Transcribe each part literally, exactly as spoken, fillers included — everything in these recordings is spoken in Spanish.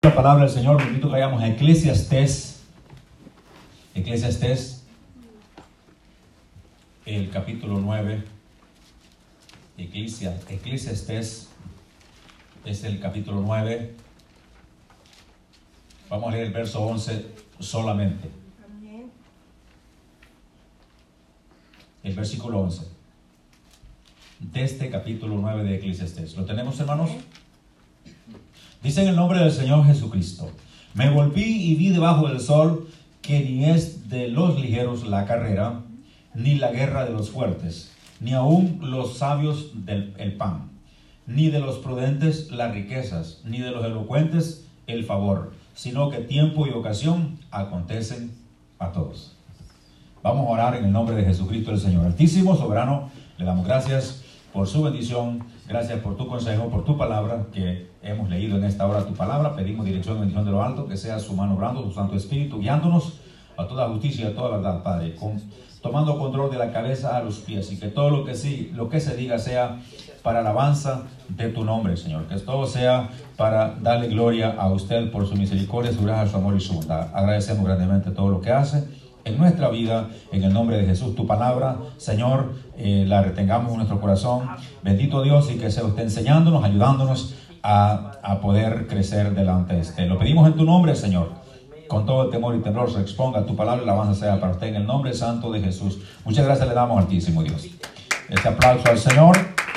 la palabra del Señor, me invito que vayamos a Eclesiastés. Eclesiastés, el capítulo nueve. Eclesia, Eclesiastés es el capítulo nueve. Vamos a leer el verso once solamente. El versículo once de este capítulo nueve de Eclesiastés. ¿Lo tenemos, hermanos? Dice en el nombre del Señor Jesucristo: me volví y vi debajo del sol que ni es de los ligeros la carrera, ni la guerra de los fuertes, ni aun los sabios del el pan, ni de los prudentes las riquezas, ni de los elocuentes el favor, sino que tiempo y ocasión acontecen a todos. Vamos a orar en el nombre de Jesucristo el Señor. Altísimo, soberano, le damos gracias por su bendición, gracias por tu consejo, por tu palabra que hemos leído en esta hora tu palabra. Pedimos dirección y bendición de lo alto, que sea su mano obrando, su Santo Espíritu, guiándonos a toda justicia y a toda verdad, Padre, con, tomando control de la cabeza a los pies, y que todo lo que, sí, lo que se diga sea para alabanza de tu nombre, Señor. Que todo sea para darle gloria a usted por su misericordia, su gracia, su amor y su bondad. Agradecemos grandemente todo lo que hace en nuestra vida, en el nombre de Jesús. Tu palabra, Señor, eh, la retengamos en nuestro corazón. Bendito Dios, y que sea usted enseñándonos, ayudándonos a, a poder crecer delante de usted. Lo pedimos en tu nombre, Señor. Con todo el temor y temblor se exponga tu palabra y la alabanza sea para usted en el nombre santo de Jesús. Muchas gracias le damos, Altísimo Dios. Este aplauso al Señor.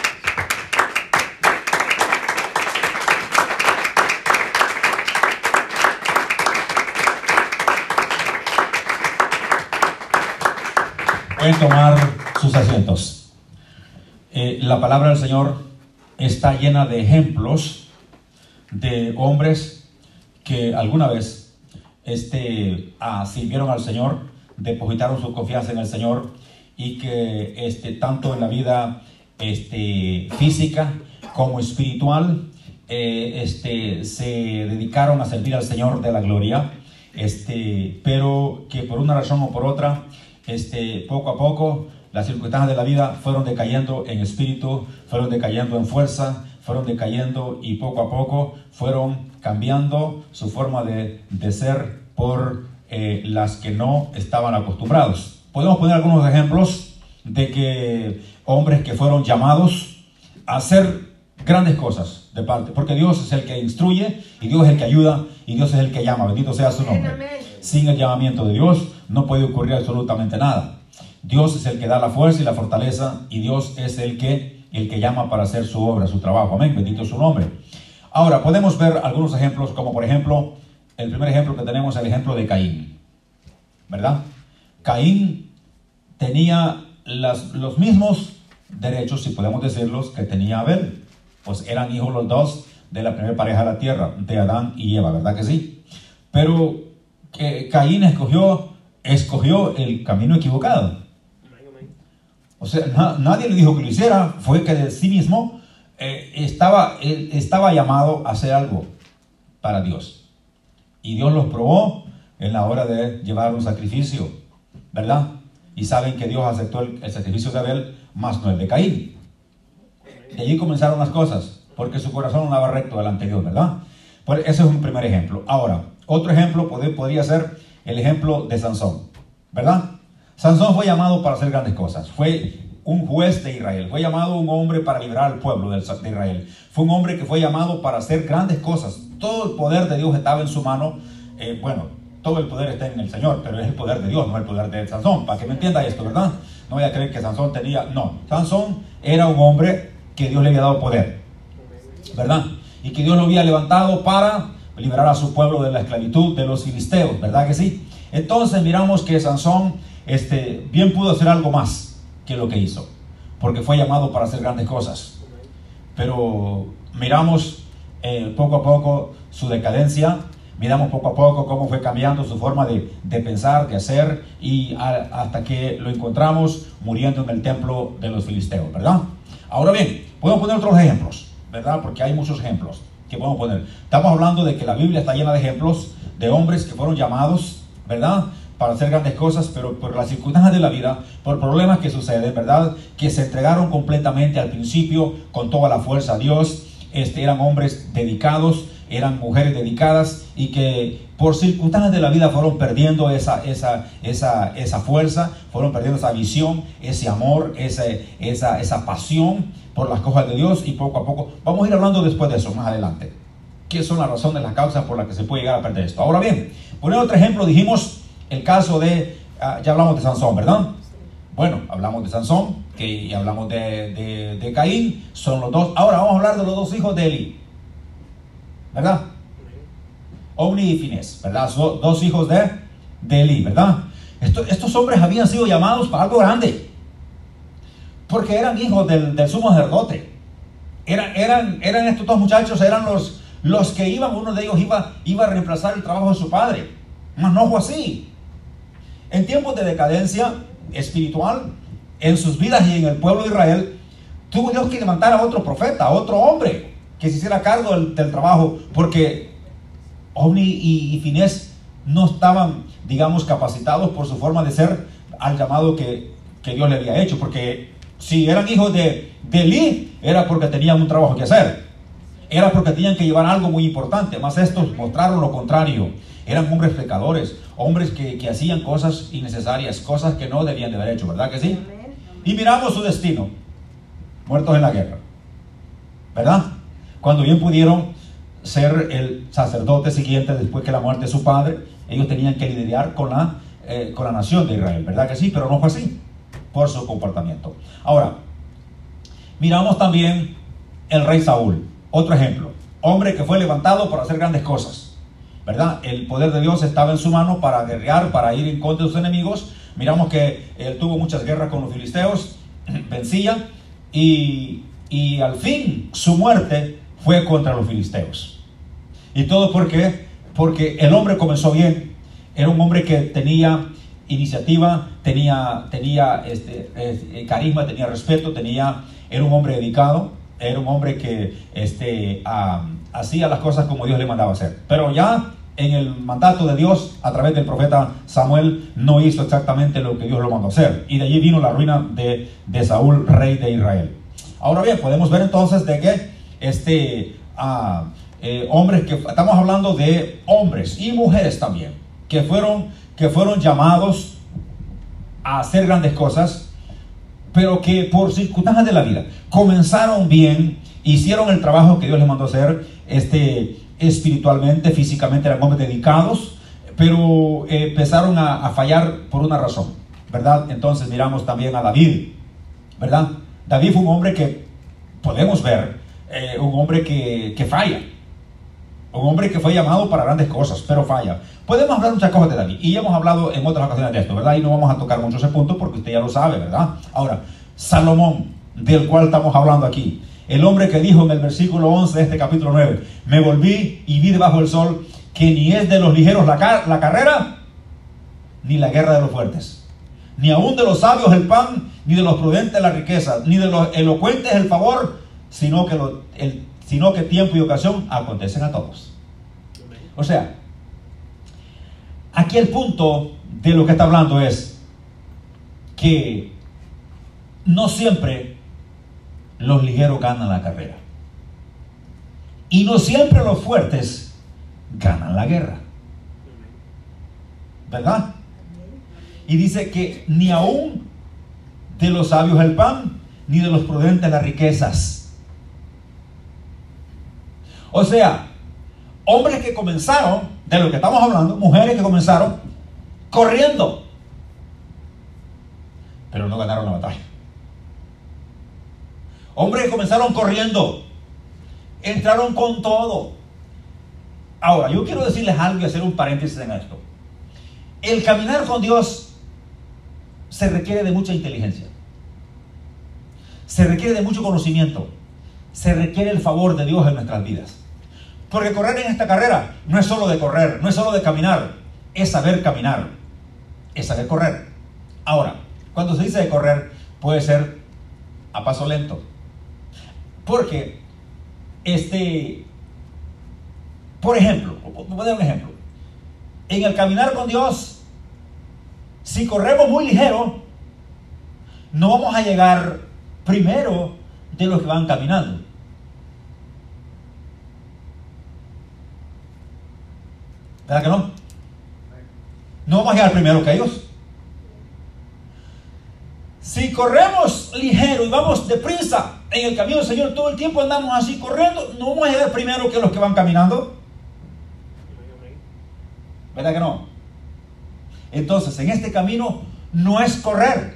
Pueden tomar sus asientos. Eh, la palabra del Señor está llena de ejemplos de hombres que alguna vez este, ah, sirvieron al Señor, depositaron su confianza en el Señor, y que este, tanto en la vida este, física como espiritual eh, este, se dedicaron a servir al Señor de la gloria, este, pero que por una razón o por otra, Este, poco a poco las circunstancias de la vida fueron decayendo en espíritu, fueron decayendo en fuerza, fueron decayendo, y poco a poco fueron cambiando su forma de, de ser por eh, las que no estaban acostumbrados. Podemos poner algunos ejemplos de que hombres que fueron llamados a hacer grandes cosas de parte, porque Dios es el que instruye, y Dios es el que ayuda, y Dios es el que llama. Bendito sea su nombre. Sin el llamamiento de Dios no puede ocurrir absolutamente nada. Dios es el que da la fuerza y la fortaleza, y Dios es el que, el que llama para hacer su obra, su trabajo. Amén, bendito es su nombre. Ahora podemos ver algunos ejemplos, como por ejemplo, el primer ejemplo que tenemos es el ejemplo de Caín, ¿verdad? Caín tenía las, los mismos derechos, si podemos decirlos, que tenía Abel. Pues eran hijos los dos de la primera pareja de la tierra, de Adán y Eva, ¿verdad que sí? Pero que Caín escogió, escogió el camino equivocado. O sea, na, nadie le dijo que lo hiciera, fue que de sí mismo eh, estaba, él estaba llamado a hacer algo para Dios. Y Dios los probó en la hora de llevar un sacrificio, ¿verdad? Y saben que Dios aceptó el, el sacrificio de Abel, más no el de Caín. De allí comenzaron las cosas, porque su corazón no andaba recto delante de Dios, ¿verdad? Pues ese es un primer ejemplo. Ahora, otro ejemplo podría, podría ser el ejemplo de Sansón, ¿verdad? Sansón fue llamado para hacer grandes cosas. Fue un juez de Israel. Fue llamado un hombre para liberar al pueblo de Israel. Fue un hombre que fue llamado para hacer grandes cosas. Todo el poder de Dios estaba en su mano. Eh, bueno, todo el poder está en el Señor, pero es el poder de Dios, no el poder de Sansón. Para que me entienda esto, ¿verdad? No voy a creer que Sansón tenía... No, Sansón era un hombre que Dios le había dado poder, ¿verdad? Y que Dios lo había levantado para liberar a su pueblo de la esclavitud de los filisteos, ¿verdad que sí? Entonces miramos que Sansón este, bien pudo hacer algo más que lo que hizo, porque fue llamado para hacer grandes cosas. Pero miramos eh, poco a poco su decadencia, miramos poco a poco cómo fue cambiando su forma de, de pensar, de hacer, y a, hasta que lo encontramos muriendo en el templo de los filisteos, ¿verdad? Ahora bien, podemos poner otros ejemplos, ¿verdad? Porque hay muchos ejemplos que podemos poner. Estamos hablando de que la Biblia está llena de ejemplos de hombres que fueron llamados, ¿verdad?, para hacer grandes cosas, pero por las circunstancias de la vida, por problemas que suceden, ¿verdad?, que se entregaron completamente al principio con toda la fuerza a Dios. Este, eran hombres dedicados, eran mujeres dedicadas y que por circunstancias de la vida fueron perdiendo esa, esa, esa, esa fuerza, fueron perdiendo esa visión, ese amor, ese, esa, esa pasión por las cosas de Dios, y poco a poco, vamos a ir hablando después de eso, más adelante, qué son las razones, las causas por las que se puede llegar a perder esto. Ahora bien, poniendo otro ejemplo, dijimos el caso de, uh, ya hablamos de Sansón, ¿verdad? Bueno, hablamos de Sansón, que, y hablamos de, de, de Caín, son los dos. Ahora vamos a hablar de los dos hijos de Eli, ¿verdad? Ofni y Finés, ¿verdad? Son dos hijos de, de Eli, ¿verdad? Esto, estos hombres habían sido llamados para algo grande, porque eran hijos del, del sumo sacerdote. Eran, eran, eran estos dos muchachos, eran los, los que iban, uno de ellos iba, iba a reemplazar el trabajo de su padre. Mas no fue así. En tiempos de decadencia espiritual, en sus vidas y en el pueblo de Israel, tuvo Dios que levantar a otro profeta, a otro hombre, que se hiciera cargo del, del trabajo, porque Ofni y, y Finés no estaban, digamos, capacitados por su forma de ser al llamado que, que Dios le había hecho, porque si eran hijos de, de Eli, era porque tenían un trabajo que hacer, era porque tenían que llevar algo muy importante, más estos mostraron lo contrario. Eran hombres pecadores, hombres que, que hacían cosas innecesarias, cosas que no debían de haber hecho, ¿verdad que sí? Y miramos su destino, muertos en la guerra, ¿verdad? Cuando bien pudieron ser el sacerdote siguiente después que la muerte de su padre, ellos tenían que lidiar con la, eh, con la nación de Israel, ¿verdad que sí? Pero no fue así, por su comportamiento. Ahora, miramos también el rey Saúl, otro ejemplo, hombre que fue levantado para hacer grandes cosas, ¿verdad? El poder de Dios estaba en su mano para guerrear, para ir en contra de sus enemigos. Miramos que él tuvo muchas guerras con los filisteos, vencía, y, y al fin su muerte fue contra los filisteos. ¿Y todo por qué? Porque el hombre comenzó bien, era un hombre que tenía iniciativa, tenía, tenía este, eh, carisma, tenía respeto, tenía, era un hombre dedicado, era un hombre que este, uh, hacía las cosas como Dios le mandaba hacer. Pero ya en el mandato de Dios, a través del profeta Samuel, no hizo exactamente lo que Dios lo mandó hacer. Y de allí vino la ruina de, de Saúl, rey de Israel. Ahora bien, podemos ver entonces de que este, uh, eh, hombres, que estamos hablando de hombres y mujeres también, que fueron, que fueron llamados a hacer grandes cosas, pero que por circunstancias de la vida comenzaron bien, hicieron el trabajo que Dios les mandó hacer, este, espiritualmente, físicamente eran hombres dedicados, pero eh, empezaron a, a fallar por una razón, ¿verdad? Entonces miramos también a David, ¿verdad? David fue un hombre que podemos ver, eh, un hombre que, que falla, un hombre que fue llamado para grandes cosas, pero falla. Podemos hablar muchas cosas de David, y ya hemos hablado en otras ocasiones de esto, ¿verdad? Y no vamos a tocar mucho ese punto porque usted ya lo sabe, ¿verdad? Ahora, Salomón, del cual estamos hablando aquí, el hombre que dijo en el versículo once de este capítulo nueve, me volví y vi debajo del sol que ni es de los ligeros la, car la carrera, ni la guerra de los fuertes, ni aún de los sabios el pan, ni de los prudentes la riqueza, ni de los elocuentes el favor, sino que, lo, el, sino que tiempo y ocasión acontecen a todos. O sea, aquí el punto de lo que está hablando es que no siempre los ligeros ganan la carrera, y no siempre los fuertes ganan la guerra, ¿verdad? Y dice que ni aún de los sabios el pan, ni de los prudentes las riquezas. O sea, hombres que comenzaron, de lo que estamos hablando, mujeres que comenzaron corriendo, pero no ganaron la batalla. Hombres que comenzaron corriendo, entraron con todo. Ahora, yo quiero decirles algo y hacer un paréntesis en esto. El caminar con Dios se requiere de mucha inteligencia, se requiere de mucho conocimiento, se requiere el favor de Dios en nuestras vidas. Porque correr en esta carrera no es solo de correr, no es solo de caminar, es saber caminar, es saber correr. Ahora, cuando se dice de correr, puede ser a paso lento. Porque, este, por ejemplo, voy a dar un ejemplo. En el caminar con Dios, si corremos muy ligero, no vamos a llegar primero de los que van caminando. ¿Verdad que no? No vamos a llegar primero que ellos. Si corremos ligero y vamos deprisa en el camino del Señor, todo el tiempo andamos así corriendo, no vamos a llegar primero que los que van caminando. ¿Verdad que no? Entonces, en este camino no es correr.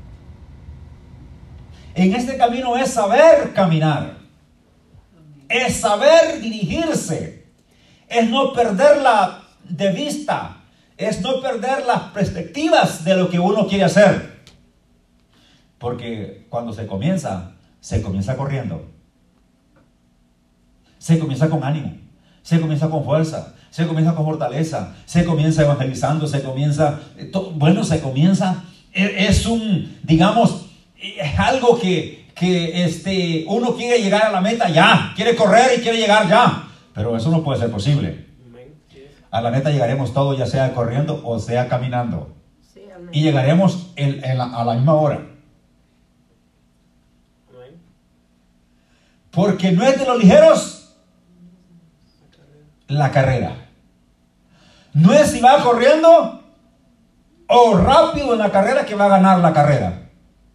En este camino es saber caminar. Es saber dirigirse. Es no perderla de vista. Es no perder las perspectivas de lo que uno quiere hacer. Porque cuando se comienza, se comienza corriendo. Se comienza con ánimo. Se comienza con fuerza. Se comienza con fortaleza. Se comienza evangelizando. Se comienza... Bueno, se comienza... Es un, digamos, es algo que, que este, uno quiere llegar a la meta ya. Quiere correr y quiere llegar ya. Pero eso no puede ser posible. A la meta llegaremos todos, ya sea corriendo o sea caminando. Y llegaremos en, en la, a la misma hora. Porque no es de los ligeros la carrera. No es si va corriendo o rápido en la carrera que va a ganar la carrera.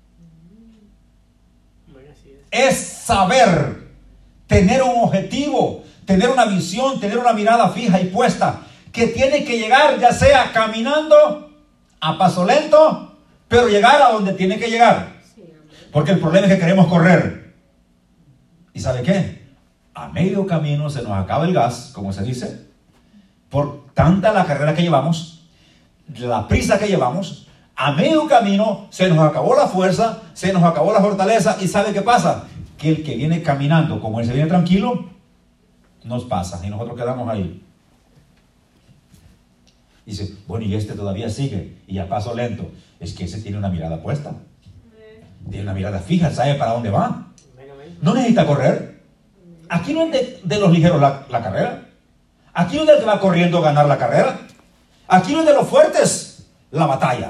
Es saber, tener un objetivo, tener una visión, tener una mirada fija y puesta, que tiene que llegar ya sea caminando a paso lento, pero llegar a donde tiene que llegar. Porque el problema es que queremos correr. ¿Y sabe qué? A medio camino se nos acaba el gas, como se dice, por tanta la carrera que llevamos, la prisa que llevamos. A medio camino se nos acabó la fuerza, se nos acabó la fortaleza. ¿Y sabe qué pasa? Que el que viene caminando, como él se viene tranquilo, nos pasa y nosotros quedamos ahí. Y dice, bueno, y este todavía sigue y a paso lento. Es que ese tiene una mirada puesta, tiene una mirada fija, sabe para dónde va. No necesita correr. Aquí no es de, de los ligeros la, la carrera. Aquí no es del que va corriendo a ganar la carrera. Aquí no es de los fuertes la batalla.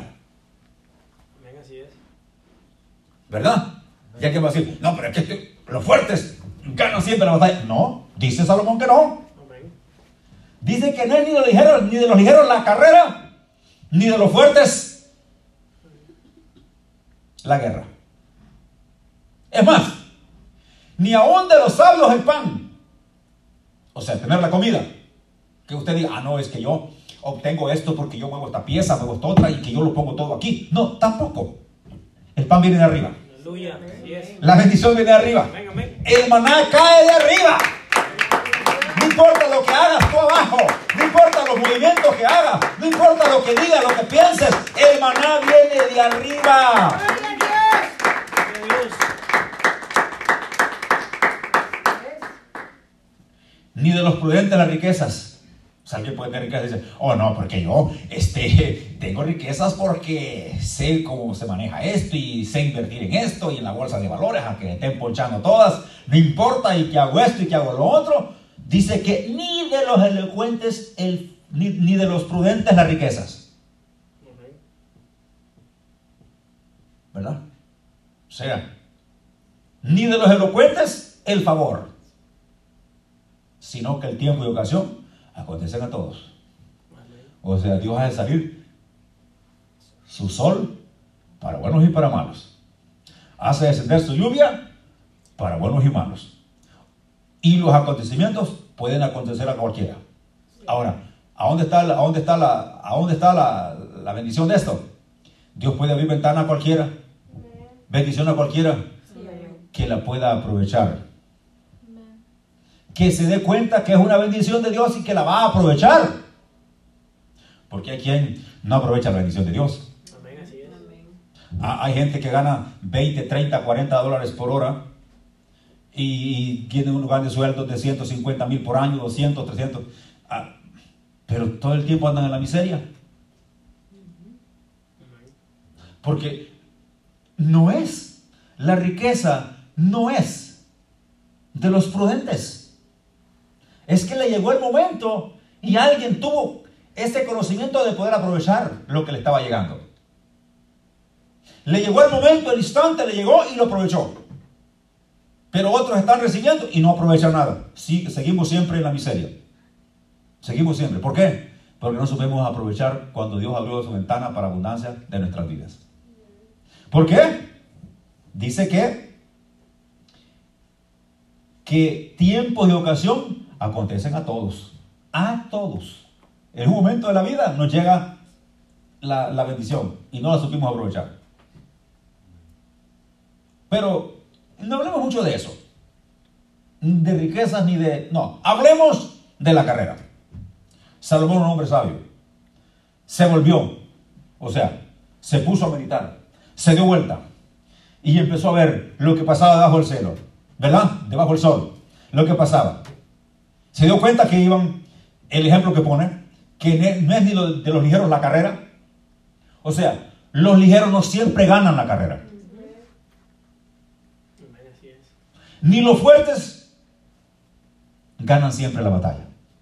¿Verdad? Ya que va a decir, no, pero es que los fuertes ganan siempre la batalla. No, dice Salomón que no. Dice que no es ni de los ligeros, ni de los ligeros la carrera, ni de los fuertes la guerra. Es más, ni aún de los sabios el pan. O sea, tener la comida. Que usted diga, ah, no, es que yo obtengo esto porque yo muevo esta pieza, muevo esta otra y que yo lo pongo todo aquí. No, tampoco. El pan viene de arriba. Aleluya. La bendición viene de arriba. El maná cae de arriba. No importa lo que hagas tú abajo, no importa los movimientos que hagas, no importa lo que digas, lo que pienses, el maná viene de arriba. Ni de los prudentes las riquezas. O sea, alguien puede tener riquezas y dice, oh no, porque yo este, tengo riquezas porque sé cómo se maneja esto y sé invertir en esto y en la bolsa de valores, aunque estén ponchando todas, no importa, y que hago esto y que hago lo otro. Dice que ni de los elocuentes, el, ni, ni de los prudentes las riquezas. ¿Verdad? O sea, ni de los elocuentes el favor, sino que el tiempo y ocasión acontecen a todos. O sea, Dios ha de salir su sol para buenos y para malos. Hace descender su lluvia para buenos y malos. Y los acontecimientos pueden acontecer a cualquiera. Ahora, ¿a dónde está, la, a dónde está, la, a dónde está la, la bendición de esto? Dios puede abrir ventana a cualquiera, bendición a cualquiera, que la pueda aprovechar. Que se dé cuenta que es una bendición de Dios y que la va a aprovechar. Porque hay quien no aprovecha la bendición de Dios. Amén, así es. Hay gente que gana veinte, treinta, cuarenta dólares por hora y tiene un lugar de sueldo de ciento cincuenta mil por año, doscientos, trescientos, pero todo el tiempo andan en la miseria. Porque no es, la riqueza no es de los prudentes. Es que le llegó el momento y alguien tuvo ese conocimiento de poder aprovechar lo que le estaba llegando. Le llegó el momento, el instante, le llegó y lo aprovechó. Pero otros están recibiendo y no aprovechan nada. Sí, seguimos siempre en la miseria. Seguimos siempre. ¿Por qué? Porque no supimos aprovechar cuando Dios abrió su ventana para abundancia de nuestras vidas. ¿Por qué? Dice que, que tiempos y ocasión acontecen a todos. A todos. En un momento de la vida nos llega la, la bendición y no la supimos aprovechar. Pero no hablemos mucho de eso. De riquezas ni de... No, hablemos de la carrera. Salomón, un hombre sabio, se volvió, o sea, se puso a meditar, se dio vuelta y empezó a ver lo que pasaba debajo del cielo, ¿verdad? Debajo del sol, lo que pasaba. Se dio cuenta que iban, el ejemplo que pone, que no es ni lo de los ligeros la carrera. O sea, los ligeros no siempre ganan la carrera. Ni los fuertes ganan siempre la batalla.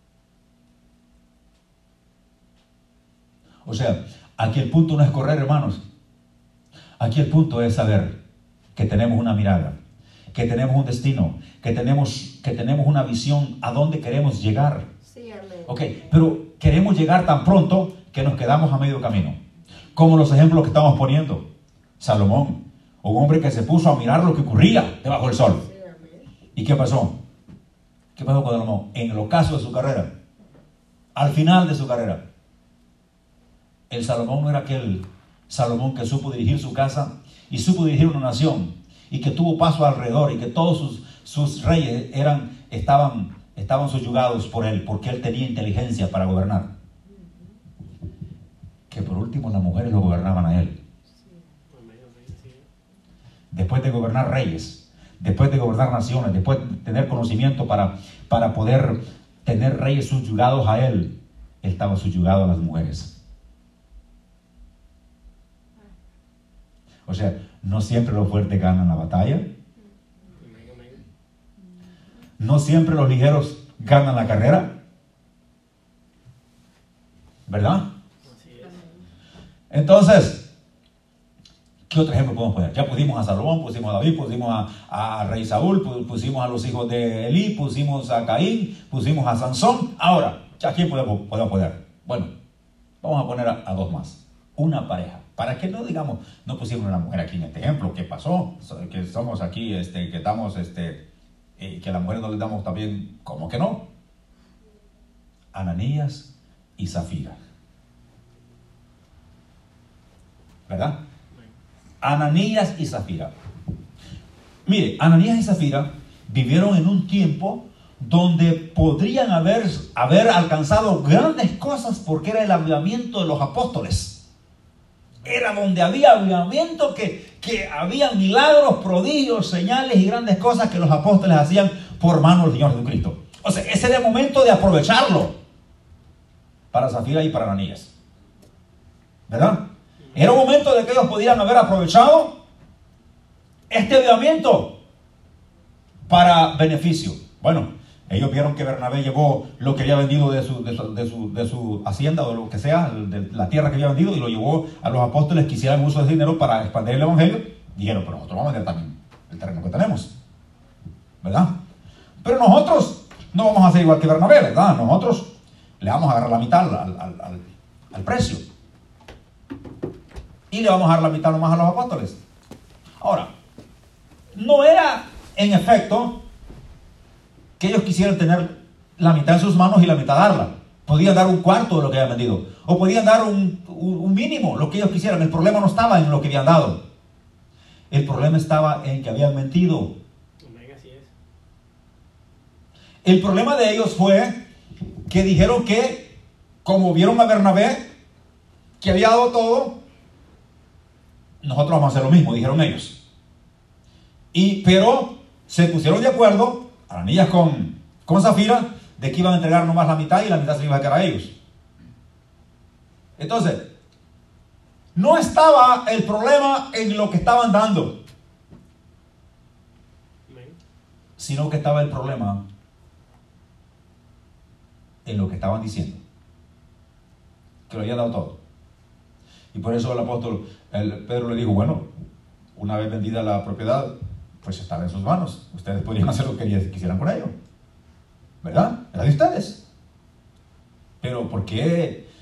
O sea, aquí el punto no es correr, hermanos. Aquí el punto es saber que tenemos una mirada, que tenemos un destino, que tenemos, que tenemos una visión a dónde queremos llegar. Sí, amén. Ok, pero queremos llegar tan pronto que nos quedamos a medio camino. Como los ejemplos que estamos poniendo. Salomón, un hombre que se puso a mirar lo que ocurría debajo del sol. Sí, amén. ¿Y qué pasó? ¿Qué pasó con Salomón? En el ocaso de su carrera, al final de su carrera, el Salomón no era aquel Salomón que supo dirigir su casa y supo dirigir una nación y que tuvo paso alrededor y que todos sus, sus reyes eran, estaban, estaban subyugados por él porque él tenía inteligencia para gobernar. Que por último las mujeres lo gobernaban a él. Después de gobernar reyes, después de gobernar naciones, después de tener conocimiento para, para poder tener reyes subyugados a él, él estaba subyugado a las mujeres. O sea, no siempre los fuertes ganan la batalla. No siempre los ligeros ganan la carrera. ¿Verdad? Entonces, ¿qué otro ejemplo podemos poner? Ya pusimos a Salomón, pusimos a David, pusimos a, a Rey Saúl, pusimos a los hijos de Elí, pusimos a Caín, pusimos a Sansón. Ahora, ¿a quién podemos, podemos poner? Bueno, vamos a poner a, a dos más. Una pareja. Para que no digamos, no pusimos una mujer aquí en este ejemplo. ¿Qué pasó? Que somos aquí, este, que estamos, este, eh, que a las mujeres no les damos también, ¿cómo que no? Ananías y Zafira. ¿Verdad? Ananías y Zafira. Mire, Ananías y Zafira vivieron en un tiempo donde podrían haber, haber alcanzado grandes cosas porque era el avivamiento de los apóstoles. Era donde había avivamiento, que, que había milagros, prodigios, señales y grandes cosas que los apóstoles hacían por mano del Señor Jesucristo. O sea, ese era el momento de aprovecharlo para Zafira y para Ananías. ¿Verdad? Era un momento de que ellos podían haber aprovechado este avivamiento para beneficio. Bueno, ellos vieron que Bernabé llevó lo que había vendido de su, de su, de su, de su hacienda o lo que sea, de la tierra que había vendido, y lo llevó a los apóstoles que hicieran uso de ese dinero para expandir el evangelio. Dijeron, pero nosotros vamos a vender también el terreno que tenemos, ¿verdad? Pero nosotros no vamos a hacer igual que Bernabé, ¿verdad? Nosotros le vamos a agarrar la mitad al, al, al, al precio y le vamos a dar la mitad nomás a los apóstoles. Ahora, no era en efecto que ellos quisieran tener la mitad en sus manos y la mitad darla. Podían dar un cuarto de lo que habían vendido, o podían dar un, un, un mínimo, lo que ellos quisieran. El problema no estaba en lo que habían dado. El problema estaba en que habían mentido. El problema de ellos fue que dijeron que, como vieron a Bernabé, que había dado todo, nosotros vamos a hacer lo mismo, dijeron ellos. Y, pero se pusieron de acuerdo, Ananías con, con Zafira, de que iban a entregar nomás la mitad y la mitad se iba a quedar a ellos. Entonces, no estaba el problema en lo que estaban dando, sino que estaba el problema en lo que estaban diciendo, que lo habían dado todo. Y por eso el apóstol el Pedro le dijo, bueno, una vez vendida la propiedad, pues estaba en sus manos, ustedes podrían hacer lo que quisieran con ello, ¿verdad? Era de ustedes. Pero ¿por qué,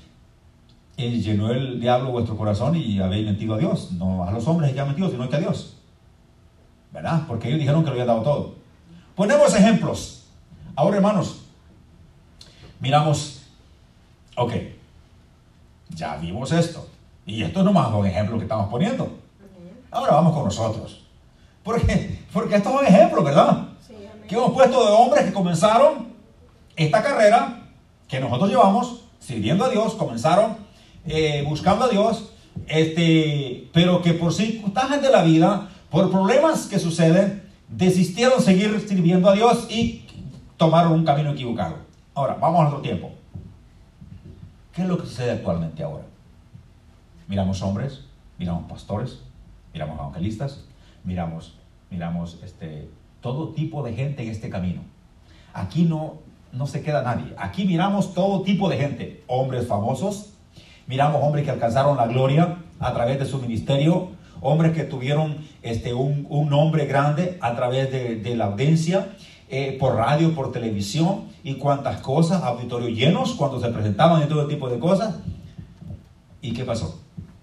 y llenó el diablo vuestro corazón y habéis mentido a Dios. No a los hombres que han mentido, sino que a Dios. ¿Verdad? Porque ellos dijeron que lo habían dado todo. Ponemos ejemplos. Ahora, hermanos, miramos, ok, ya vimos esto. Y esto es nomás un ejemplo que estamos poniendo. Ahora vamos con nosotros. Porque, porque estos son ejemplos, ¿verdad? Sí, que hemos puesto de hombres que comenzaron esta carrera que nosotros llevamos, sirviendo a Dios, comenzaron eh, buscando a Dios, este, pero que por circunstancias de la vida, por problemas que suceden, desistieron seguir sirviendo a Dios y tomaron un camino equivocado. Ahora, vamos a nuestro tiempo. ¿Qué es lo que sucede actualmente ahora? Miramos hombres, miramos pastores, miramos evangelistas, miramos, miramos este, todo tipo de gente en este camino. Aquí no, no se queda nadie. Aquí miramos todo tipo de gente. Hombres famosos, miramos hombres que alcanzaron la gloria a través de su ministerio, hombres que tuvieron este, un, un nombre grande a través de, de la audiencia, eh, por radio, por televisión y cuantas cosas, auditorios llenos cuando se presentaban y todo tipo de cosas. ¿Y qué pasó?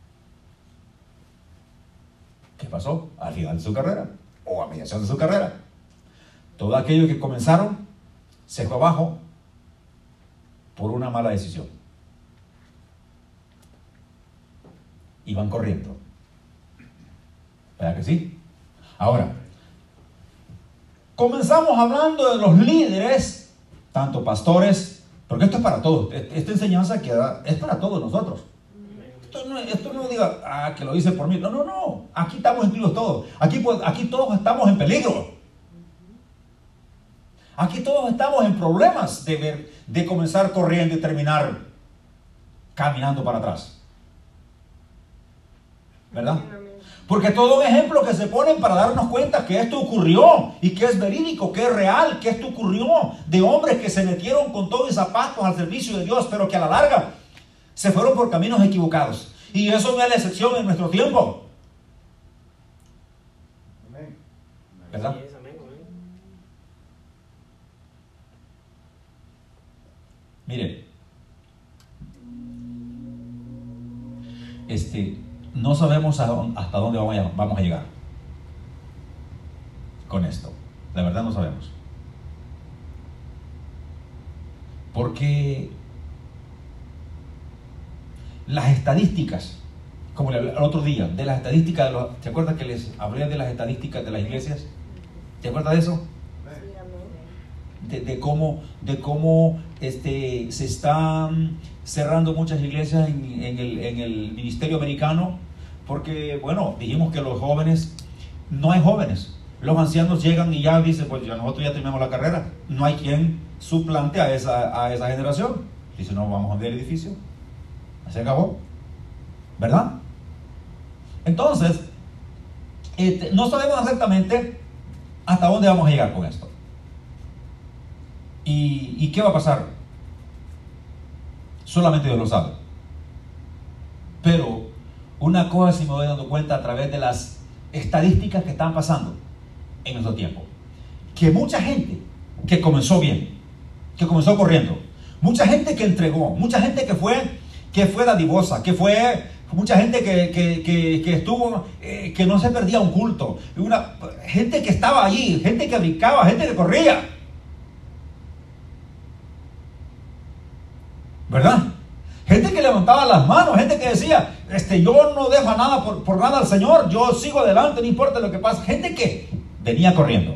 ¿Qué pasó? Al final de su carrera o a mediación de su carrera, todo aquello que comenzaron se fue abajo por una mala decisión. Iban corriendo. ¿Verdad que sí? Ahora, comenzamos hablando de los líderes, tanto pastores, porque esto es para todos. Esta enseñanza que da, es para todos nosotros. Esto no, esto no diga, ah, que lo hice por mí. No, no, no. Aquí estamos incluidos todos. Aquí, pues, aquí todos estamos en peligro. Aquí todos estamos en problemas de, ver, de comenzar corriendo y terminar caminando para atrás. ¿Verdad? Porque todo ejemplo que se ponen para darnos cuenta que esto ocurrió y que es verídico, que es real, que esto ocurrió de hombres que se metieron con todo y zapatos al servicio de Dios, pero que a la larga se fueron por caminos equivocados. Y eso no es la excepción en nuestro tiempo. ¿Verdad? Mire, este, no sabemos hasta dónde vamos a, vamos a llegar con esto. La verdad no sabemos. Porque las estadísticas, como el otro día, de las estadísticas, de los, ¿te acuerdas que les hablé de las estadísticas de las iglesias? ¿Te acuerdas de eso? De, de cómo, de cómo este, se están cerrando muchas iglesias en, en, el, en el ministerio americano, porque, bueno, dijimos que los jóvenes, no hay jóvenes, los ancianos llegan y ya dicen, pues ya nosotros ya terminamos la carrera, no hay quien suplante a esa, a esa generación. Dice, no, vamos a ver el edificio, se acabó, ¿verdad? Entonces, este, no sabemos exactamente hasta dónde vamos a llegar con esto. ¿Y, y qué va a pasar? Solamente Dios lo sabe. Pero una cosa sí me voy dando cuenta a través de las estadísticas que están pasando en nuestro tiempo, que mucha gente que comenzó bien, que comenzó corriendo, mucha gente que entregó, mucha gente que fue que fue dadivosa, que fue mucha gente que, que, que, que estuvo, eh, que no se perdía un culto, una gente que estaba allí, gente que brincaba, gente que corría, ¿verdad? Gente que levantaba las manos, gente que decía, este, yo no dejo nada por, por nada al Señor, yo sigo adelante, no importa lo que pase. Gente que venía corriendo.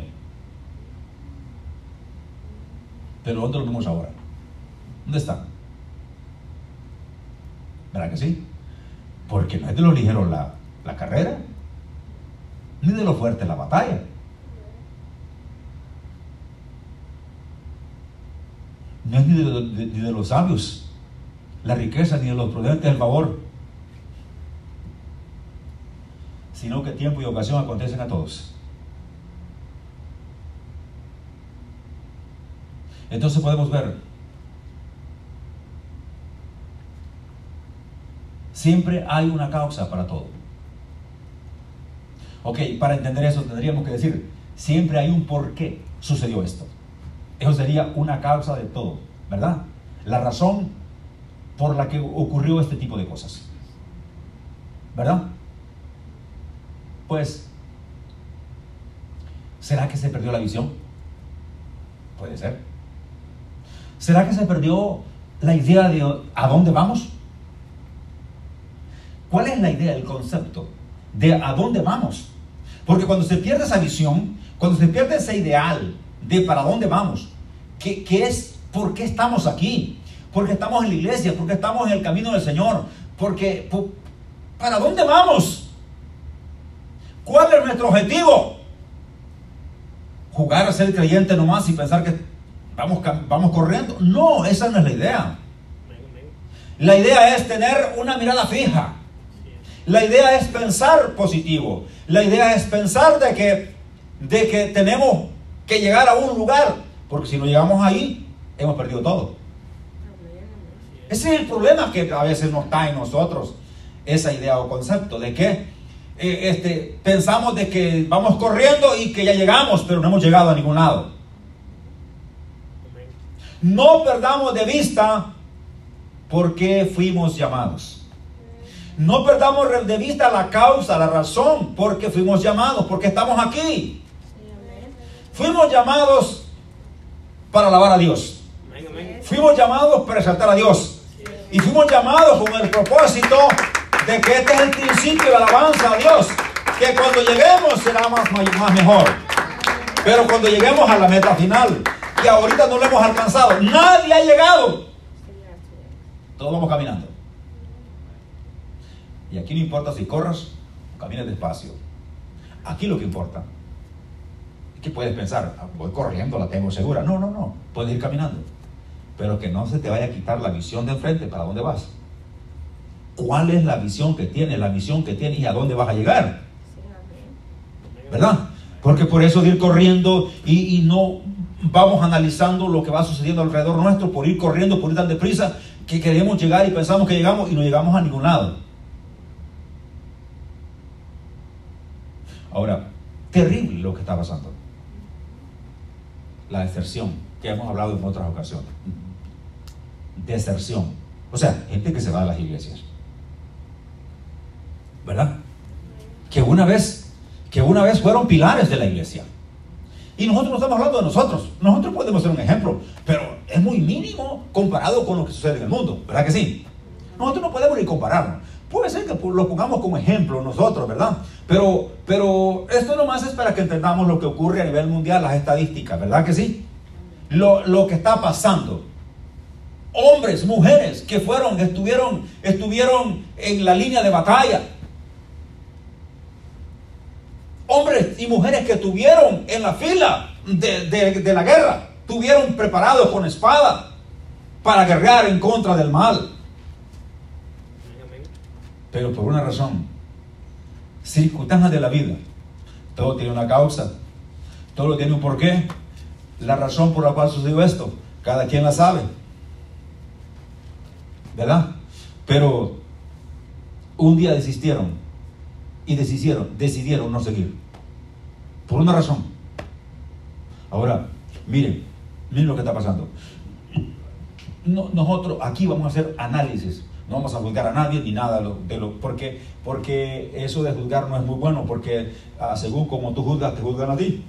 Pero ¿dónde lo vemos ahora? ¿Dónde están? ¿Verdad que sí? Porque no es de lo ligero la, la carrera, ni de lo fuerte la batalla. No es ni de, de, ni de los sabios la riqueza, ni de los prudentes el favor, sino que tiempo y ocasión acontecen a todos. Entonces podemos ver, siempre hay una causa para todo. Ok, para entender eso tendríamos que decir, siempre hay un por qué sucedió esto. Eso sería una causa de todo, ¿verdad? La razón por la que ocurrió este tipo de cosas. ¿Verdad? Pues, ¿será que se perdió la visión? Puede ser. ¿Será que se perdió la idea de a dónde vamos? ¿Cuál es la idea, el concepto de a dónde vamos? Porque cuando se pierde esa visión, cuando se pierde ese ideal de para dónde vamos, ¿qué, qué es? ¿Por qué estamos aquí? Porque estamos en la iglesia, porque estamos en el camino del Señor, porque ¿para dónde vamos? ¿Cuál es nuestro objetivo? ¿Jugar a ser creyente nomás y pensar que vamos, vamos corriendo? No, esa no es la idea. La idea es tener una mirada fija. La idea es pensar positivo. La idea es pensar de que, de que tenemos que llegar a un lugar, porque si no llegamos ahí, hemos perdido todo. Ese es el problema que a veces nos está en nosotros, esa idea o concepto de que eh, este, pensamos de que vamos corriendo y que ya llegamos, pero no hemos llegado a ningún lado. No perdamos de vista por qué fuimos llamados. No perdamos de vista la causa, la razón por qué fuimos llamados, porque estamos aquí. Fuimos llamados para alabar a Dios. Fuimos llamados para exaltar a Dios. Y fuimos llamados con el propósito de que este es el principio de la alabanza a Dios. Que cuando lleguemos será más, más mejor. Pero cuando lleguemos a la meta final, que ahorita no lo hemos alcanzado, nadie ha llegado. Todos vamos caminando. Y aquí no importa si corras o camines despacio. Aquí lo que importa es que puedes pensar, voy corriendo, la tengo segura. No, no, no. Puedes ir caminando. Pero que no se te vaya a quitar la visión de enfrente. ¿Para dónde vas? ¿Cuál es la visión que tienes? La misión que tienes y a dónde vas a llegar. ¿Verdad? Porque por eso de ir corriendo y, y no vamos analizando lo que va sucediendo alrededor nuestro, por ir corriendo, por ir tan deprisa, que queremos llegar y pensamos que llegamos y no llegamos a ningún lado. Ahora, terrible lo que está pasando. La deserción, que hemos hablado en otras ocasiones. Deserción. O sea, gente que se va a las iglesias. ¿Verdad? Que una vez, que una vez fueron pilares de la iglesia. Y nosotros no estamos hablando de nosotros. Nosotros podemos ser un ejemplo, pero es muy mínimo comparado con lo que sucede en el mundo. ¿Verdad que sí? Nosotros no podemos ni compararnos. Puede ser que lo pongamos como ejemplo nosotros, ¿verdad? Pero, pero esto nomás es para que entendamos lo que ocurre a nivel mundial, las estadísticas, ¿verdad que sí? Lo, lo que está pasando. Hombres, mujeres que fueron, estuvieron, estuvieron en la línea de batalla. Hombres y mujeres que estuvieron en la fila de, de, de la guerra. Estuvieron preparados con espada para guerrear en contra del mal. Pero por una razón, circunstancias de la vida, todo tiene una causa, todo tiene un porqué. La razón por la cual sucedió esto, cada quien la sabe, ¿verdad? Pero un día desistieron y decidieron, decidieron no seguir, por una razón. Ahora, miren, miren lo que está pasando. No, nosotros aquí vamos a hacer análisis. No vamos a juzgar a nadie ni nada de lo, de lo porque, porque eso de juzgar no es muy bueno, porque ah, según como tú juzgas, te juzgan a ti.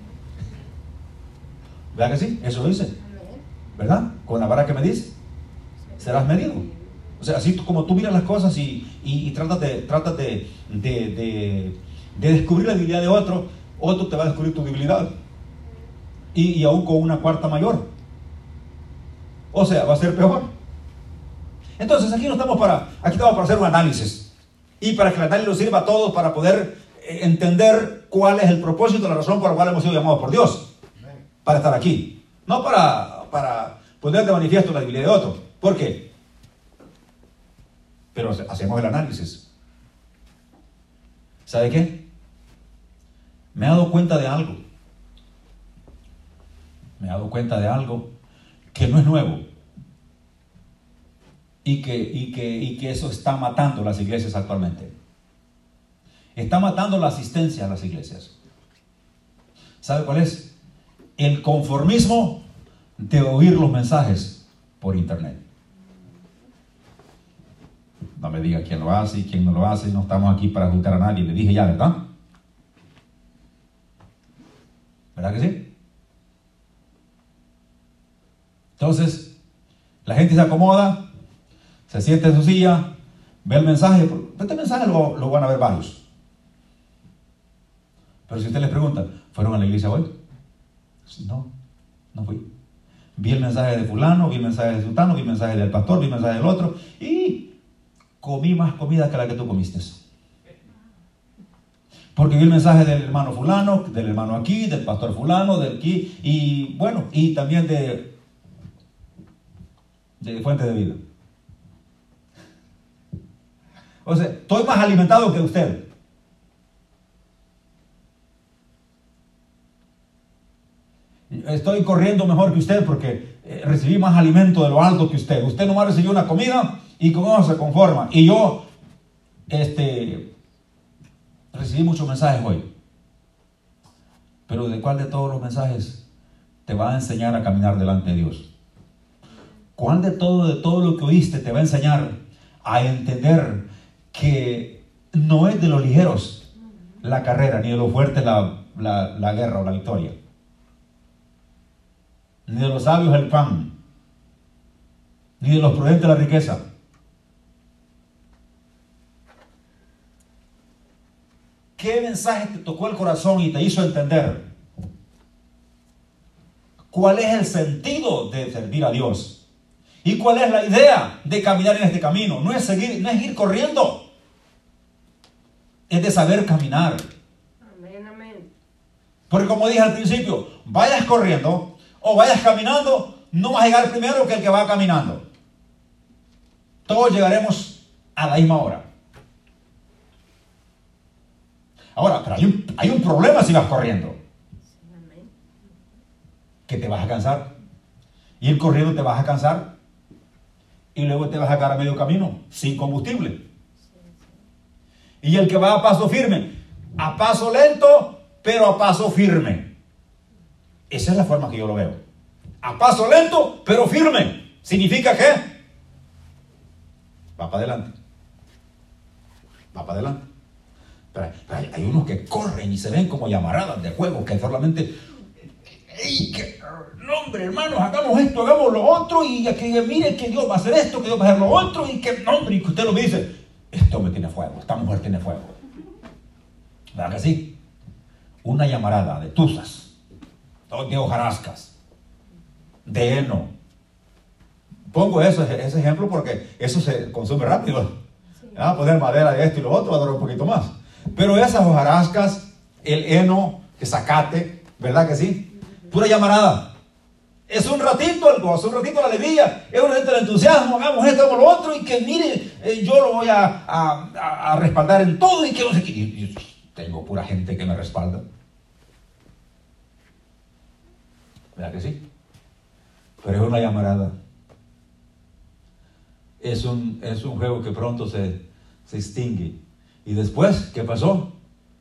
¿Verdad que sí? Eso lo dice. ¿Verdad? Con la vara que me dice, serás medido. O sea, así como tú miras las cosas y, y, y tratas, de, tratas de, de, de, de descubrir la debilidad de otro, otro te va a descubrir tu debilidad. Y, y aún con una cuarta mayor. O sea, va a ser peor. Entonces aquí no estamos para, aquí estamos para hacer un análisis y para que el análisis nos sirva a todos para poder eh, entender cuál es el propósito, la razón por la cual hemos sido llamados por Dios para estar aquí, no para, para poner de manifiesto la debilidad de otro. ¿Por qué? Pero hacemos el análisis. ¿Sabe qué? Me he dado cuenta de algo. Me he dado cuenta de algo que no es nuevo. Y que, y, que, y que eso está matando las iglesias actualmente. Está matando la asistencia a las iglesias. ¿Sabe cuál es? El conformismo de oír los mensajes por internet. No me diga quién lo hace y quién no lo hace. No estamos aquí para juzgar a nadie. Le dije ya, ¿verdad? ¿Verdad que sí? Entonces, la gente se acomoda, se sienta en su silla, ve el mensaje. Este mensaje lo, lo van a ver varios. Pero si usted les pregunta, ¿fueron a la iglesia hoy? No, no fui. Vi el mensaje de fulano, vi el mensaje de sultano, vi el mensaje del pastor, vi el mensaje del otro y comí más comida que la que tú comiste. Porque vi el mensaje del hermano fulano, del hermano aquí, del pastor fulano, del aquí, y bueno, y también de, de Fuente de Vida. O sea, estoy más alimentado que usted. Estoy corriendo mejor que usted porque eh, recibí más alimento de lo alto que usted. Usted nomás recibió una comida y con eso se conforma. Y yo, este, recibí muchos mensajes hoy. Pero ¿de cuál de todos los mensajes te va a enseñar a caminar delante de Dios? ¿Cuál de todo, de todo lo que oíste te va a enseñar a entender que no es de los ligeros la carrera, ni de los fuertes la, la, la guerra o la victoria? Ni de los sabios el pan, ni de los prudentes la riqueza. ¿Qué mensaje te tocó el corazón y te hizo entender cuál es el sentido de servir a Dios? ¿Y cuál es la idea de caminar en este camino? No es seguir, no es ir corriendo, es de saber caminar. Amén, amén. Porque como dije al principio, vayas corriendo o vayas caminando, no vas a llegar primero que el que va caminando. Todos llegaremos a la misma hora. Ahora, pero hay un, hay un problema si vas corriendo. Que te vas a cansar. Ir corriendo te vas a cansar. Y luego te vas a quedar a medio camino, sin combustible. Y el que va a paso firme, a paso lento, pero a paso firme. Esa es la forma que yo lo veo. A paso lento, pero firme. ¿Significa qué? Va para adelante. Va para adelante. Pero hay, hay unos que corren y se ven como llamaradas de juego, que solamente... ¡Ey, que, no, hombre, hermanos, hagamos esto, hagamos lo otro, y que mire que Dios va a hacer esto, que Dios va a hacer lo otro, y que, no, hombre, y que usted lo dice, este hombre tiene fuego, esta mujer tiene fuego. ¿Verdad que sí? Una llamarada de tuzas, de hojarascas, de heno. Pongo eso, ese ejemplo porque eso se consume rápido. ¿Ah? Poner madera de esto y lo otro va a durar un poquito más. Pero esas hojarascas, el heno, el zacate, ¿verdad que sí? Pura llamarada. Es un ratito el gozo, un ratito la alegría, es un ratito el entusiasmo, hagamos esto, hagamos lo otro, y que mire, eh, yo lo voy a, a, a respaldar en todo, y que no sé qué. Y, y tengo pura gente que me respalda. ¿Verdad que sí? Pero es una llamarada. Es un, es un juego que pronto se, se extingue. Y después, ¿qué pasó?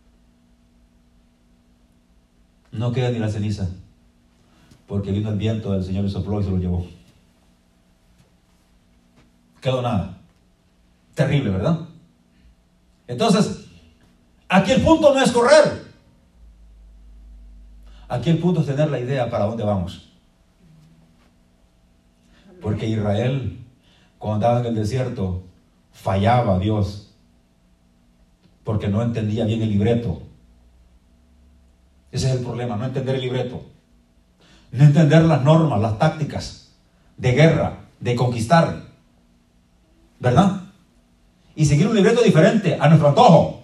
No queda ni la ceniza, porque vino el viento del Señor y sopló y se lo llevó. Quedó nada. Terrible, ¿verdad? Entonces, aquí el punto no es correr. Aquí el punto es tener la idea para dónde vamos. Porque Israel, cuando andaba en el desierto, fallaba a Dios, porque no entendía bien el libreto. Ese es el problema, no entender el libreto. No entender las normas, las tácticas de guerra, de conquistar. ¿Verdad? Y seguir un libreto diferente a nuestro antojo.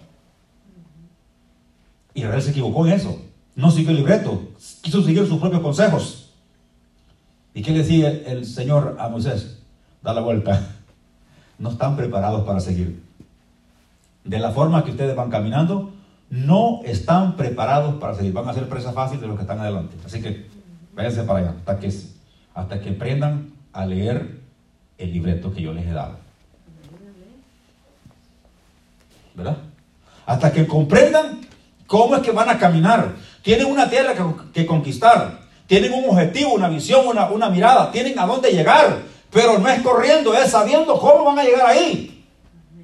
Israel se equivocó en eso. No siguió el libreto, quiso seguir sus propios consejos. ¿Y qué le decía el Señor a Moisés? Da la vuelta. No están preparados para seguir. De la forma que ustedes van caminando, no están preparados para seguir. Van a ser presa fácil de los que están adelante. Así que váyanse para allá hasta que, hasta que aprendan a leer el libreto que yo les he dado. ¿Verdad? Hasta que comprendan cómo es que van a caminar. Tienen una tierra que, que conquistar. Tienen un objetivo, una visión, una, una mirada. Tienen a dónde llegar. Pero no es corriendo, es sabiendo cómo van a llegar ahí.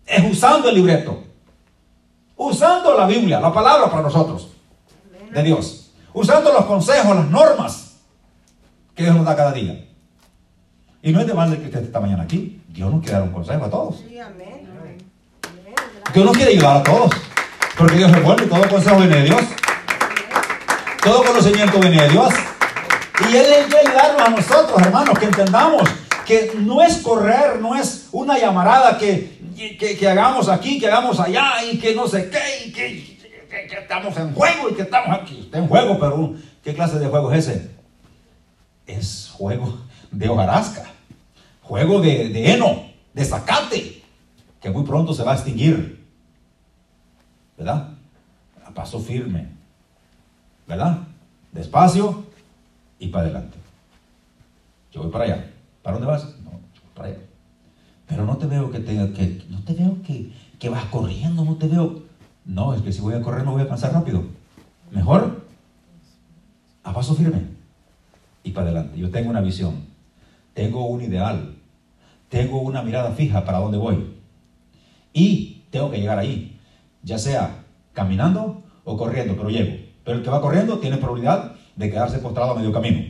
Es usando el libreto. Usando la Biblia, la palabra para nosotros. De Dios. Usando los consejos, las normas que Dios nos da cada día. Y no es de mal que usted esta mañana aquí. Dios nos quiere dar un consejo a todos. Sí, amén. Dios nos quiere ayudar a todos. Porque Dios es bueno y todo consejo viene de Dios. Todo conocimiento viene de Dios. Y Él quiere ayudarnos a nosotros, hermanos, que entendamos que no es correr, no es una llamarada que, que, que hagamos aquí, que hagamos allá y que no sé qué, y que, que, que estamos en juego y que estamos aquí. Está en juego, pero ¿qué clase de juego es ese? Es juego de hojarasca, juego de, de heno, de zacate, que muy pronto se va a extinguir, ¿verdad? A paso firme, ¿verdad? Despacio y para adelante. Yo voy para allá. ¿Para dónde vas? No, para allá. Pero no te veo que tenga que, no te veo que, que vas corriendo, no te veo. No, es que si voy a correr me voy a cansar rápido. Mejor a paso firme y para adelante. Yo tengo una visión, tengo un ideal, tengo una mirada fija para dónde voy y tengo que llegar ahí, ya sea caminando o corriendo, pero llego. Pero el que va corriendo tiene probabilidad de quedarse postrado a medio camino,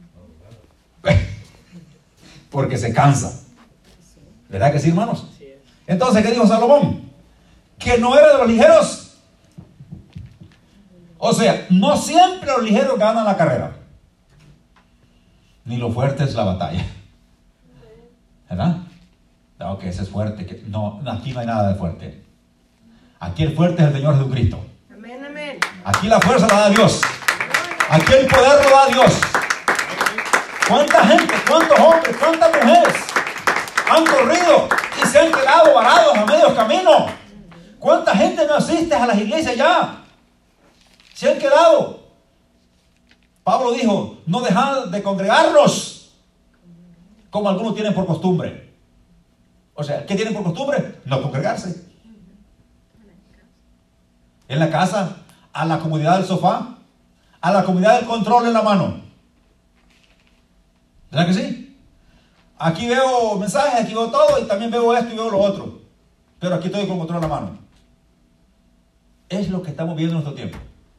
porque se cansa. ¿Verdad que sí, hermanos? Entonces, ¿qué dijo Salomón? Que no era de los ligeros. O sea, no siempre los ligeros ganan la carrera, ni lo fuerte es la batalla. ¿Verdad? No, que ese es fuerte. Que... No, aquí no hay nada de fuerte. Aquí el fuerte es el Señor Jesucristo. Amén, amén. Aquí la fuerza la da Dios. Aquí el poder lo da Dios. ¿Cuánta gente, cuántos hombres, cuántas mujeres han corrido y se han quedado varados a medio camino? ¿Cuánta gente no asiste a las iglesias ya? Se han quedado. Pablo dijo, no dejad de congregarnos como algunos tienen por costumbre. O sea, ¿qué tienen por costumbre? No congregarse. En la casa, a la comodidad del sofá, a la comodidad del control en la mano. ¿Verdad que sí? Aquí veo mensajes, aquí veo todo y también veo esto y veo lo otro. Pero aquí estoy con control en la mano. Es lo que estamos viendo en nuestro tiempo.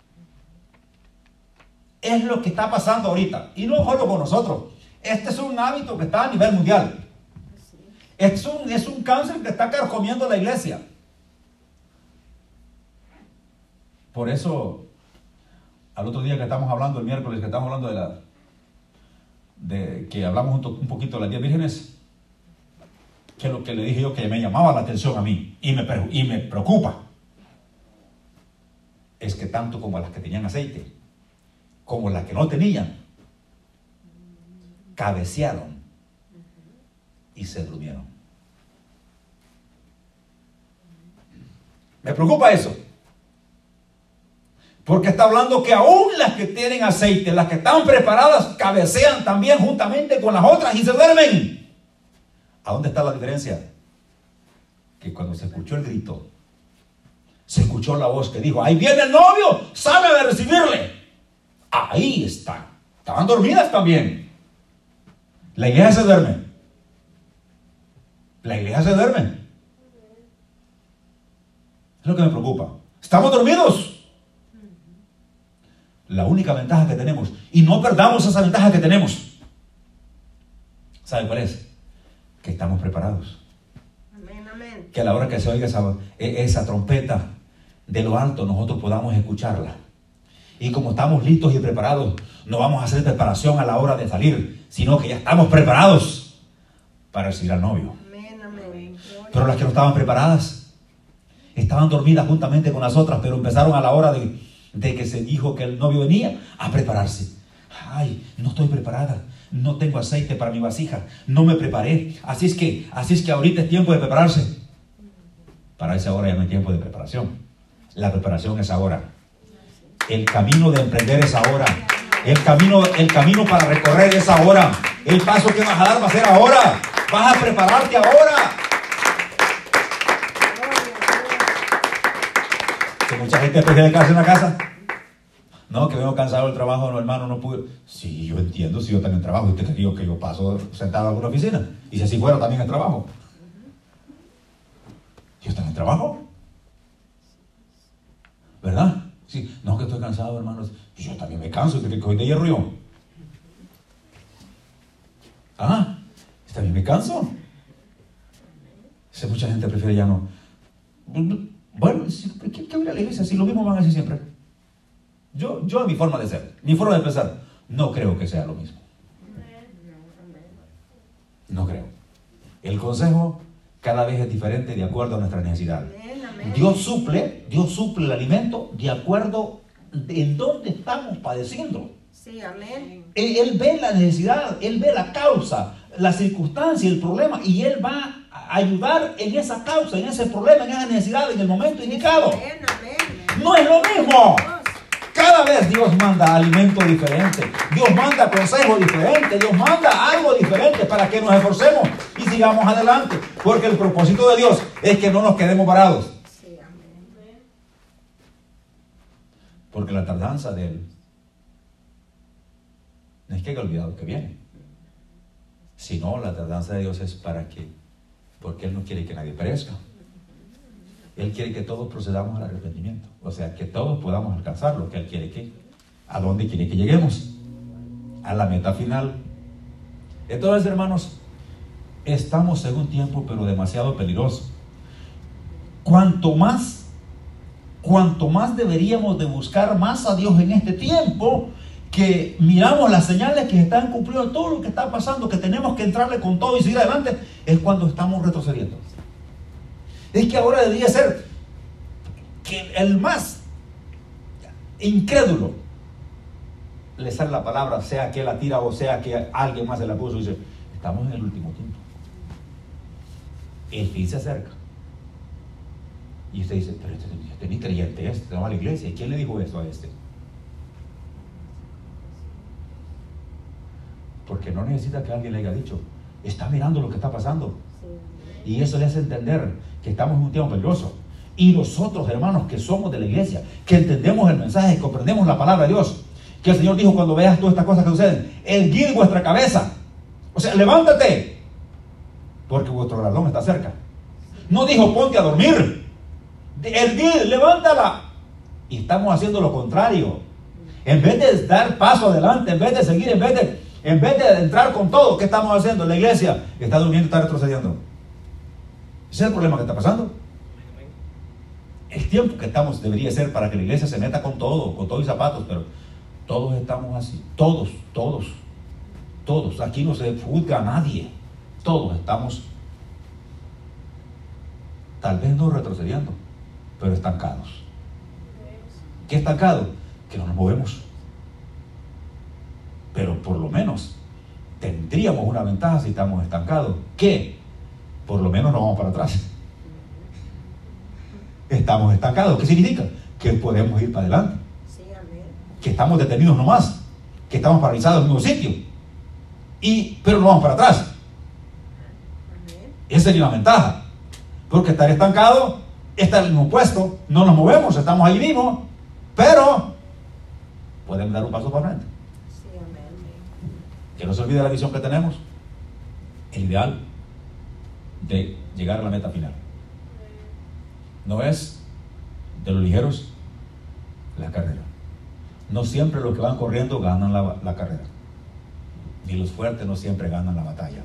Es lo que está pasando ahorita. Y no solo con nosotros. Este es un hábito que está a nivel mundial. Es un, es un cáncer que está carcomiendo la iglesia. Por eso, al otro día que estamos hablando, el miércoles que estamos hablando de la de que hablamos un, un poquito de las diez vírgenes, que lo que le dije yo que me llamaba la atención a mí y me, y me preocupa es que tanto como las que tenían aceite como las que no tenían cabecearon y se durmieron. Me preocupa eso, porque está hablando que aún las que tienen aceite, las que están preparadas, cabecean también juntamente con las otras y se duermen. ¿A dónde está la diferencia? Que cuando se escuchó el grito, se escuchó la voz que dijo, ahí viene el novio, sale de recibirle. Ahí está. Estaban dormidas también. La iglesia se duerme. La iglesia se duerme. Es lo que me preocupa. ¿Estamos dormidos? La única ventaja que tenemos, y no perdamos esa ventaja que tenemos, ¿sabe cuál es? Que estamos preparados. Amén, amén. Que a la hora que se oiga esa, esa trompeta de lo alto, nosotros podamos escucharla. Y como estamos listos y preparados, no vamos a hacer preparación a la hora de salir, sino que ya estamos preparados para recibir al novio. Amén, amén. Pero las que no estaban preparadas, estaban dormidas juntamente con las otras, pero empezaron a la hora de, de que se dijo que el novio venía a prepararse. Ay, no estoy preparada, no tengo aceite para mi vasija, no me preparé. Así es que, así es que ahorita es tiempo de prepararse. Para esa hora ya no hay tiempo de preparación. La preparación es ahora. El camino de emprender es ahora. El camino, el camino para recorrer es ahora. El paso que vas a dar va a ser ahora. Vas a prepararte ahora. Que mucha gente prefiere quedarse en la casa. No, que vengo cansado del trabajo, no, hermano, no pude. Sí, yo entiendo, si yo también trabajo. Usted cree que yo paso sentado en alguna oficina. Y si así fuera, también el trabajo. Yo estoy en el trabajo. ¿Verdad? Sí, no, que estoy cansado, hermanos. Yo también me canso, que hoy de hierro yo. Ah, también me canso. Sé, mucha gente prefiere ya no. Bueno, ¿qué, qué voy a la iglesia? Si lo mismo van a decir siempre. Yo, yo, mi forma de ser, mi forma de pensar, no creo que sea lo mismo. No creo. El consejo cada vez es diferente de acuerdo a nuestra necesidad. Dios suple, Dios suple el alimento de acuerdo en dónde estamos padeciendo. Sí, amén. Él, él ve la necesidad, Él ve la causa, la circunstancia, el problema, y Él va a ayudar en esa causa, en ese problema, en esa necesidad, en el momento indicado. Amén, amén. No es lo mismo. Cada vez Dios manda alimento diferente, Dios manda consejo diferente, Dios manda algo diferente para que nos esforcemos y sigamos adelante, porque el propósito de Dios es que no nos quedemos parados. Sí, amén. Porque la tardanza de Él no es que haya olvidado que viene, sino la tardanza de Dios es para que, porque Él no quiere que nadie perezca. Él quiere que todos procedamos al arrepentimiento. O sea, que todos podamos alcanzar lo que Él quiere que. ¿A dónde quiere que lleguemos? A la meta final. Entonces, hermanos, estamos en un tiempo, pero demasiado peligroso. Cuanto más, cuanto más deberíamos de buscar más a Dios en este tiempo, que miramos las señales que se están cumpliendo, todo lo que está pasando, que tenemos que entrarle con todo y seguir adelante, es cuando estamos retrocediendo. Es que ahora debería ser que el más incrédulo le sale la palabra, sea que la tira o sea que alguien más se la puso y dice, estamos en el último tiempo. El fin se acerca. Y usted dice, pero este, este ni creyente, este no va a la iglesia. ¿Quién le dijo eso a este? Porque no necesita que alguien le haya dicho, está mirando lo que está pasando. Y eso le hace entender que estamos en un tiempo peligroso. Y nosotros, hermanos, que somos de la iglesia, que entendemos el mensaje, que comprendemos la palabra de Dios, que el Señor dijo cuando veas todas estas cosas que suceden, erguid vuestra cabeza. O sea, levántate, porque vuestro galardón está cerca. No dijo ponte a dormir. Erguid, levántala. Y estamos haciendo lo contrario. En vez de dar paso adelante, en vez de seguir, en vez de, en vez de entrar con todo, ¿qué estamos haciendo? La iglesia está durmiendo, está retrocediendo. Ese es el problema que está pasando. El tiempo que estamos debería ser para que la iglesia se meta con todo, con todo y zapatos, pero todos estamos así, todos, todos, todos. Aquí no se juzga a nadie, todos estamos, tal vez no retrocediendo, pero estancados. ¿Qué estancado? Que no nos movemos. Pero por lo menos tendríamos una ventaja si estamos estancados. ¿Qué? Por lo menos no vamos para atrás. Estamos estancados. ¿Qué significa? Que podemos ir para adelante. Sí, amén. Que estamos detenidos nomás. Que estamos paralizados en el mismo sitio. Y, pero no vamos para atrás. Amén. Esa sería una ventaja. Porque estar estancado, estar en el mismo puesto, no nos movemos, estamos ahí mismos, pero podemos dar un paso para adelante. Sí, amén. Que no se olvide la visión que tenemos. El ideal de llegar a la meta final. No es de los ligeros la carrera. No siempre los que van corriendo ganan la, la carrera. Ni los fuertes no siempre ganan la batalla.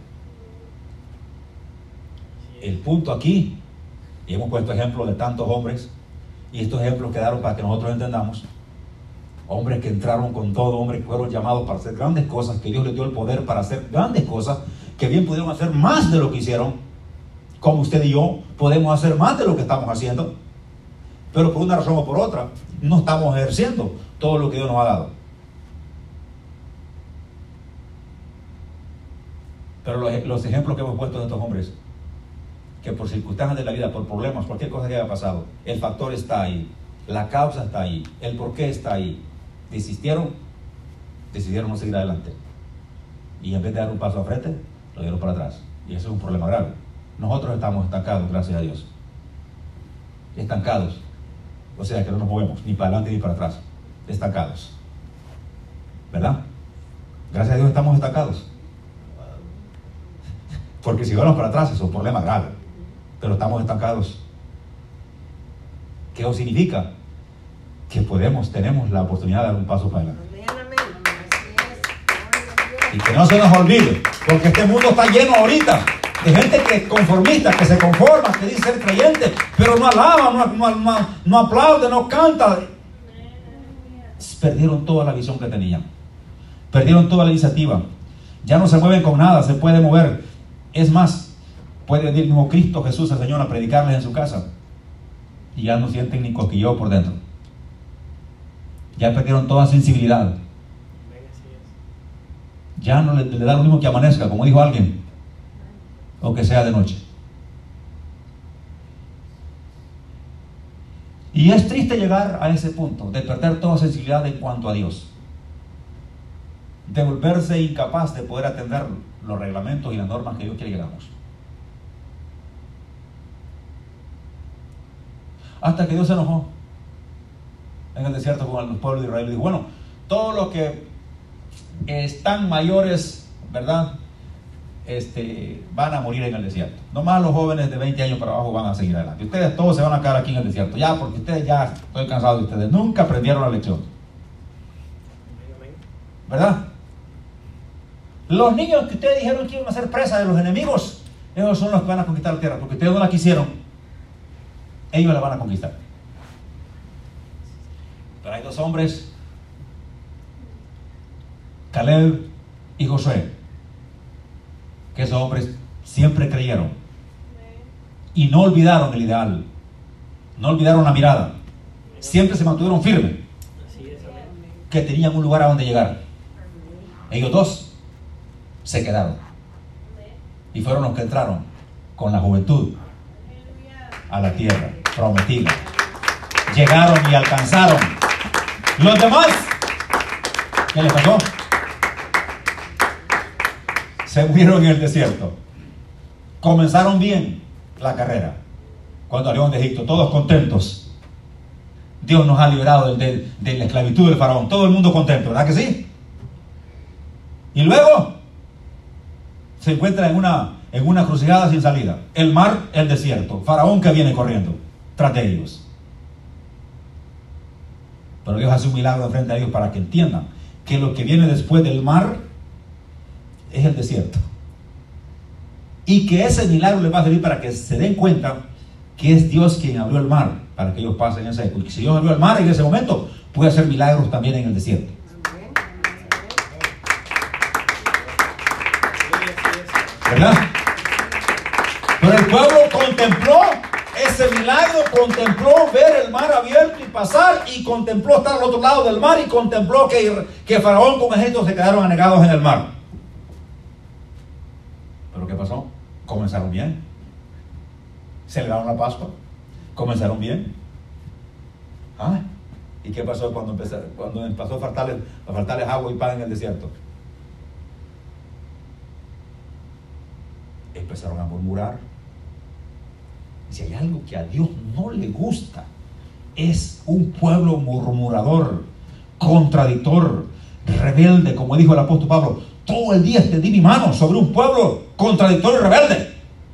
El punto aquí, y hemos puesto ejemplos de tantos hombres, y estos ejemplos quedaron para que nosotros entendamos. Hombres que entraron con todo, hombres que fueron llamados para hacer grandes cosas, que Dios les dio el poder para hacer grandes cosas, que bien pudieron hacer más de lo que hicieron. Como usted y yo podemos hacer más de lo que estamos haciendo, pero por una razón o por otra no estamos ejerciendo todo lo que Dios nos ha dado. Pero los, los ejemplos que hemos puesto de estos hombres, que por circunstancias de la vida, por problemas, cualquier cosa que haya pasado, el factor está ahí, la causa está ahí, el porqué está ahí, desistieron, decidieron no seguir adelante, y en vez de dar un paso al frente, lo dieron para atrás, y eso es un problema grave. Nosotros estamos estancados, gracias a Dios. Estancados. O sea que no nos movemos ni para adelante ni para atrás. Estancados. ¿Verdad? Gracias a Dios estamos estancados. Porque si vamos para atrás es un problema grave. Pero estamos estancados. ¿Qué eso significa? Que podemos, tenemos la oportunidad de dar un paso para adelante. Amén, amén. Así es. Gloria a Y Dios. que no se nos olvide, porque este mundo está lleno ahorita de gente que es conformista, que se conforma, que dice ser creyente, pero no alaba, no, no, no, no aplaude, no canta. Perdieron toda la visión que tenían. Perdieron toda la iniciativa. Ya no se mueven con nada, se puede mover. Es más, puede venir el mismo Cristo Jesús, el Señor, a predicarles en su casa. Y ya no sienten ni cosquilleo por dentro. Ya perdieron toda sensibilidad. Ya no le, le da lo mismo que amanezca, como dijo alguien, o que sea de noche. Y es triste llegar a ese punto de perder toda sensibilidad en cuanto a Dios, de volverse incapaz de poder atender los reglamentos y las normas que Dios quiere que hagamos. Hasta que Dios se enojó en el desierto con el pueblo de Israel y dijo: bueno, todos los que están mayores, ¿verdad? Este, van a morir en el desierto. Nomás los jóvenes de veinte años para abajo van a seguir adelante. Ustedes todos se van a quedar aquí en el desierto. Ya, porque ustedes ya, estoy cansado de ustedes. Nunca aprendieron la lección. ¿Verdad? Los niños que ustedes dijeron que iban a ser presa de los enemigos, ellos son los que van a conquistar la tierra. Porque ustedes no la quisieron, ellos la van a conquistar. Pero hay dos hombres, Caleb y Josué, que esos hombres siempre creyeron y no olvidaron el ideal, no olvidaron la mirada, siempre se mantuvieron firmes, que tenían un lugar a donde llegar. Ellos dos se quedaron y fueron los que entraron con la juventud a la tierra prometida. Llegaron y alcanzaron. Los demás, ¿qué les pasó? Se murieron en el desierto. Comenzaron bien la carrera cuando salieron de Egipto, todos contentos. Dios nos ha liberado de, de, de la esclavitud del faraón. Todo el mundo contento, ¿verdad que sí? Y luego se encuentra en una, en una crucijada sin salida. El mar, el desierto. Faraón que viene corriendo tras de ellos. Pero Dios hace un milagro de frente a ellos para que entiendan que lo que viene después del mar es el desierto. Y que ese milagro les va a servir para que se den cuenta que es Dios quien abrió el mar para que ellos pasen ese. Porque si Dios abrió el mar en ese momento, puede hacer milagros también en el desierto. ¿Verdad? Pero el pueblo contempló ese milagro, contempló ver el mar abierto y pasar, y contempló estar al otro lado del mar, y contempló que, que Faraón con ejércitos se quedaron anegados en el mar. ¿Pero qué pasó? Comenzaron bien. Celebraron la Pascua. Comenzaron bien. ¿Ah? ¿Y qué pasó cuando empezó, cuando empezó a faltarles, a faltarles agua y pan en el desierto? Empezaron a murmurar. Y si hay algo que a Dios no le gusta, es un pueblo murmurador, contradictor, rebelde, como dijo el apóstol Pablo. Todo el día extendí mi mano sobre un pueblo contradictor y rebelde.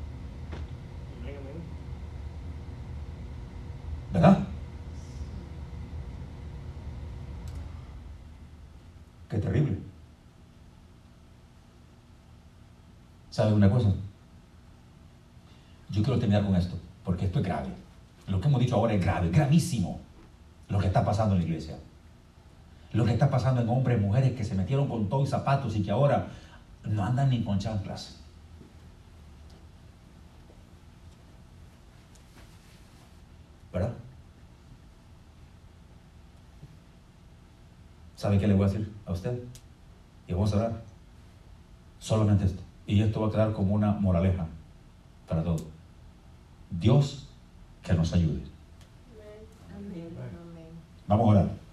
¿Verdad? Qué terrible. ¿Sabe una cosa? Yo quiero terminar con esto, porque esto es grave. Lo que hemos dicho ahora es grave, gravísimo. Lo que está pasando en la iglesia. Lo que está pasando en hombres y mujeres que se metieron con todo y zapatos y que ahora no andan ni con chanclas. ¿Verdad? ¿Sabe qué le voy a decir a usted? Y vamos a hablar solamente esto. Y esto va a quedar como una moraleja para todos. Dios que nos ayude. Amén. Amén. Vamos a orar.